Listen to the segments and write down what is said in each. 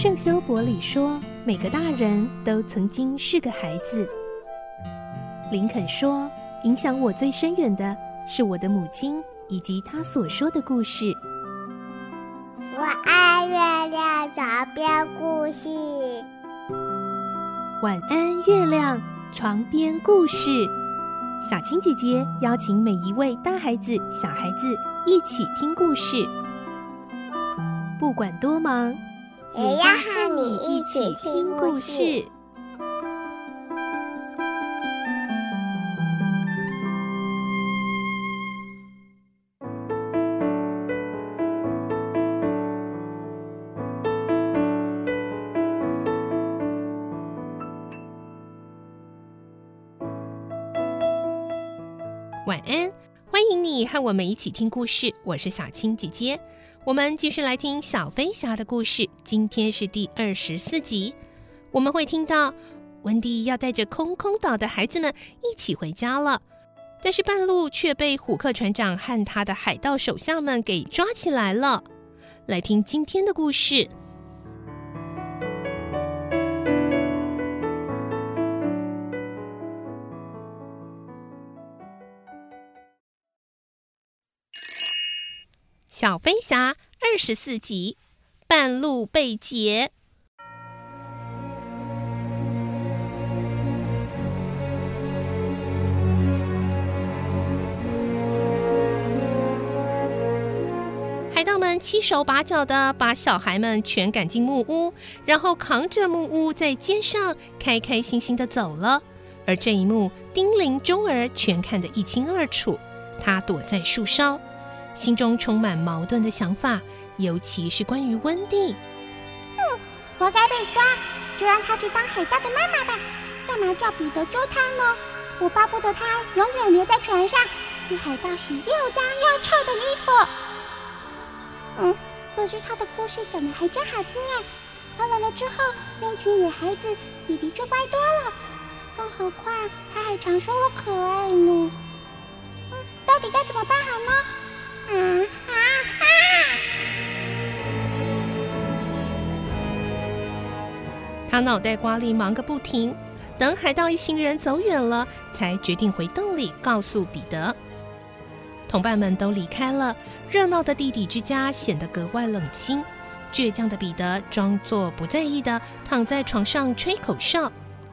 圣修伯里说，每个大人都曾经是个孩子。林肯说，影响我最深远的是我的母亲以及她所说的故事。 我爱月亮床边故事。 晚安，月亮床边故事。小青姐姐邀请每一位大孩子、小孩子一起听故事，不管多忙， 也要和你一起听故事。 晚安，欢迎你和我们一起听故事，我是小青姐姐。我们继续来听小飞侠的故事，今天是第24集。我们会听到温蒂要带着空空岛的孩子们一起回家了，但是半路却被虎克船长和他的海盗手下们给抓起来了。来听今天的故事。小飞侠24集，半路被劫。海盗们七手八脚的把小孩们全赶进木屋，然后扛着木屋在肩上开开心心的走了。而这一幕，丁玲钟儿全看得一清二楚。他躲在树梢，心中充满矛盾的想法，尤其是关于温蒂。 活该被抓，就让他去当海盗的妈妈吧。干嘛叫彼得救他呢？我巴不得他永远留在船上，替海盗洗又脏又臭的衣服。可是他的故事讲得还真好听哎。他来了之后，那群野孩子比的确乖多了，更何况他还常说我可爱呢。到底该怎么办好呢？ 他脑袋瓜里忙个不停，等海盗一行人走远了，才决定回洞里告诉彼得。同伴们都离开了，热闹的弟弟之家显得格外冷清。倔强的彼得装作不在意的躺在床上吹口哨。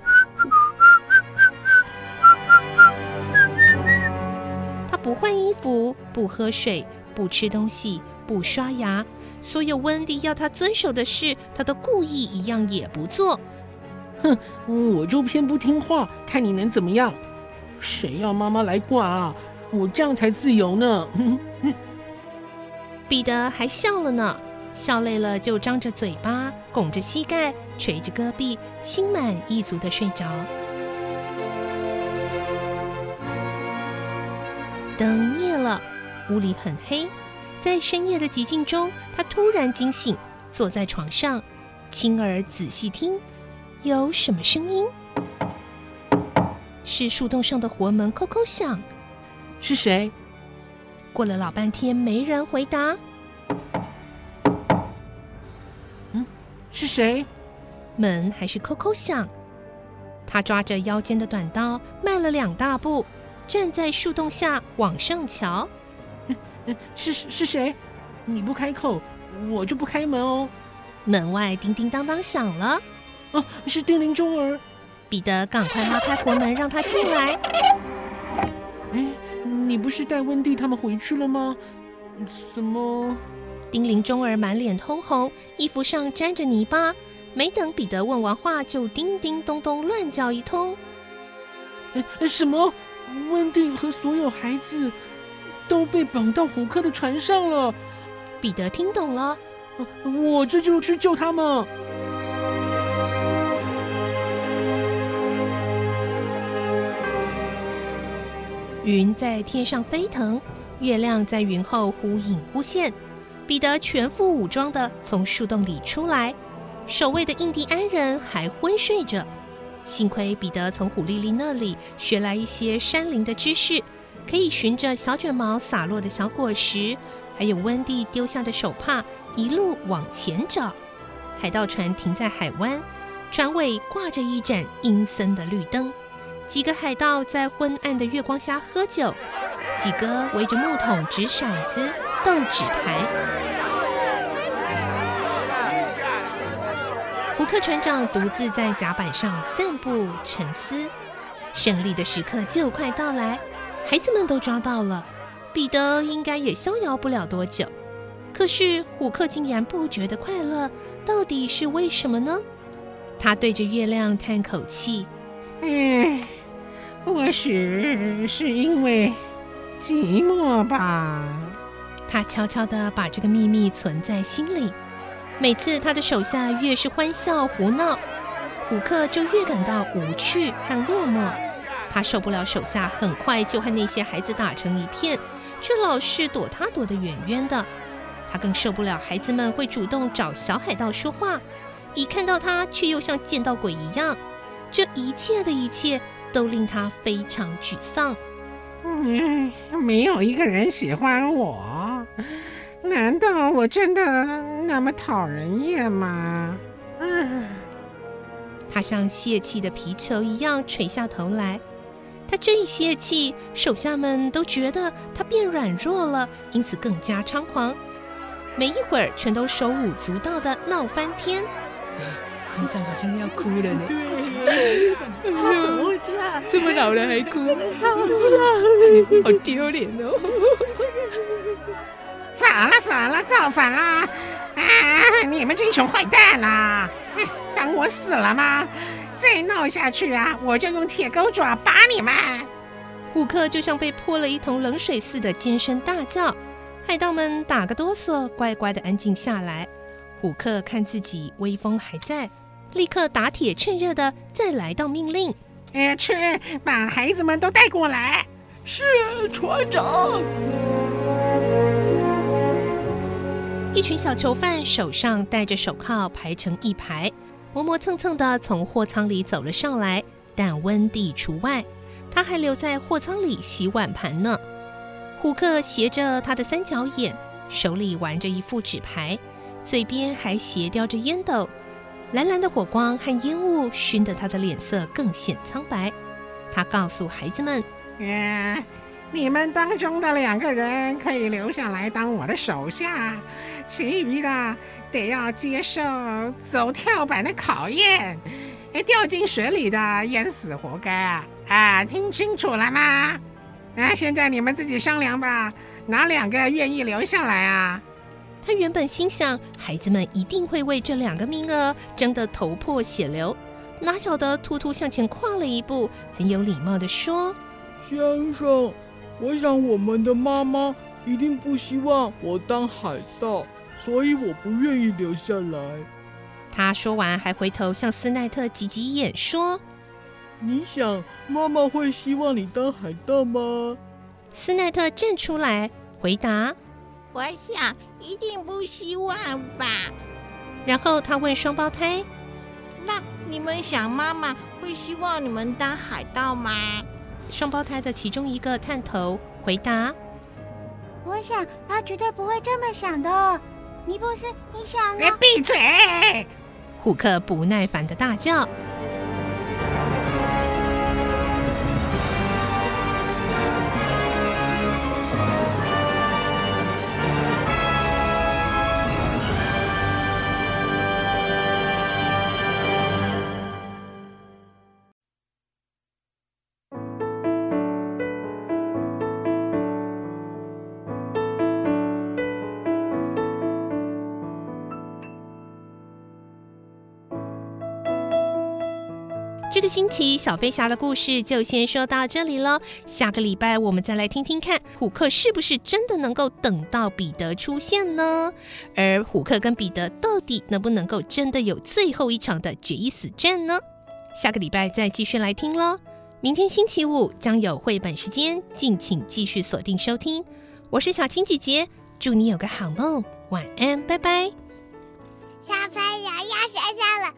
他不换衣服，不喝水，不吃东西，不刷牙，所有温蒂要他遵守的事，他都故意一样也不做。 我就偏不听话，看你能怎么样？谁要妈妈来管啊？我这样才自由呢。 彼得还笑了呢，笑累了就张着嘴巴，拱着膝盖，捶着胳臂，心满意足地睡着。灯灭了，屋里很黑。在深夜的寂静中，他突然惊醒，坐在床上，亲耳仔细听，有什么声音？是树洞上的活门叩叩响。 是谁？ 过了老半天，没人回答。 是谁？ 门还是叩叩响。他抓着腰间的短刀，迈了2大步，站在树洞下往上瞧。 是谁？你不开口，我就不开门哦。 门外叮叮当当响了。 是丁玲钟儿。 彼得赶快拉开活门，让他进来。 你不是带温蒂他们回去了吗？怎么？ 丁玲钟儿满脸通红，衣服上沾着泥巴，没等彼得问完话，就叮叮咚咚乱叫一通。 什么？温蒂和所有孩子都被绑到虎克的船上了？ 彼得听懂了。 我这就去救他们。 云在天上飞腾，月亮在云后忽隐忽现。彼得全副武装地从树洞里出来，守卫的印第安人还昏睡着。幸亏彼得从虎莉莉那里学来一些山林的知识，可以循着小卷毛洒落的小果实，还有温蒂丢下的手帕，一路往前找。 海盗船停在海湾，船尾挂着一盏阴森的绿灯，几个海盗在昏暗的月光下喝酒，几个围着木桶掷骰子、斗纸牌。胡克船长独自在甲板上散步沉思，胜利的时刻就快到来，孩子们都抓到了，彼得应该也逍遥不了多久。可是虎克竟然不觉得快乐，到底是为什么呢？他对着月亮叹口气， 或许是因为寂寞吧。 他悄悄地把这个秘密存在心里。每次他的手下越是欢笑胡闹，虎克就越感到无趣和落寞。他受不了手下很快就和那些孩子打成一片，却老是躲他躲得远远的。他更受不了孩子们会主动找小海盗说话，一看到他却又像见到鬼一样。这一切的一切都令他非常沮丧。 没有一个人喜欢我，难道我真的那么讨人厌吗？ 他像泄气的皮球一样垂下头来。他这一泄气，手下们都觉得他变软弱了，因此更加猖狂。没一会儿，全都手舞足蹈的闹翻天。船长好像要哭了呢。 对，他怎么会这样？ 这么老了还哭，好丢脸哦！ 反了，造反啦！你们这群坏蛋啊！当我死了吗？再闹下去啊，我就用铁钩爪把你们！ 虎克就像被泼了一桶冷水似的尖声大叫，海盗们打个哆嗦，乖乖的安静下来。虎克看自己威风还在，立刻打铁趁热的再来道命令： 去把孩子们都带过来。 是，船长。 一群小囚犯手上戴着手铐，排成一排，磨磨蹭蹭的从货舱里走了上来，但温蒂除外，他还留在货舱里洗碗盘呢。虎克斜着他的三角眼，手里玩着一副纸牌，嘴边还斜叼着烟斗，蓝蓝的火光和烟雾熏得他的脸色更显苍白。他告诉孩子们： 你们当中的2个人可以留下来当我的手下，其余的得要接受走跳板的考验，掉进水里的淹死活该啊！听清楚了吗？现在你们自己商量吧，哪2个愿意留下来啊？ 他原本心想，孩子们一定会为这2个名额争得头破血流，哪晓得突突向前跨了一步，很有礼貌地说： 先生，我想我们的妈妈一定不希望我当海盗，所以我不愿意留下来。 他说完还回头向斯奈特挤挤眼说： 你想妈妈会希望你当海盗吗？ 斯奈特站出来回答： 我想一定不希望吧。 然后他问双胞胎： 那你们想妈妈会希望你们当海盗吗？ 双胞胎的其中一个探头回答： 我想他绝对不会这么想的。尼布斯，你想呢？ 闭嘴！ 虎克不耐烦的大叫。这个星期小飞侠的故事就先说到这里了，下个礼拜我们再来听听看虎克是不是真的能够等到彼得出现呢？而虎克跟彼得到底能不能够真的有最后一场的决一死战呢？下个礼拜再继续来听咯。明天星期五将有绘本时间，敬请继续锁定收听。我是小青姐姐，祝你有个好梦，晚安，拜拜。 小朋友要睡觉了。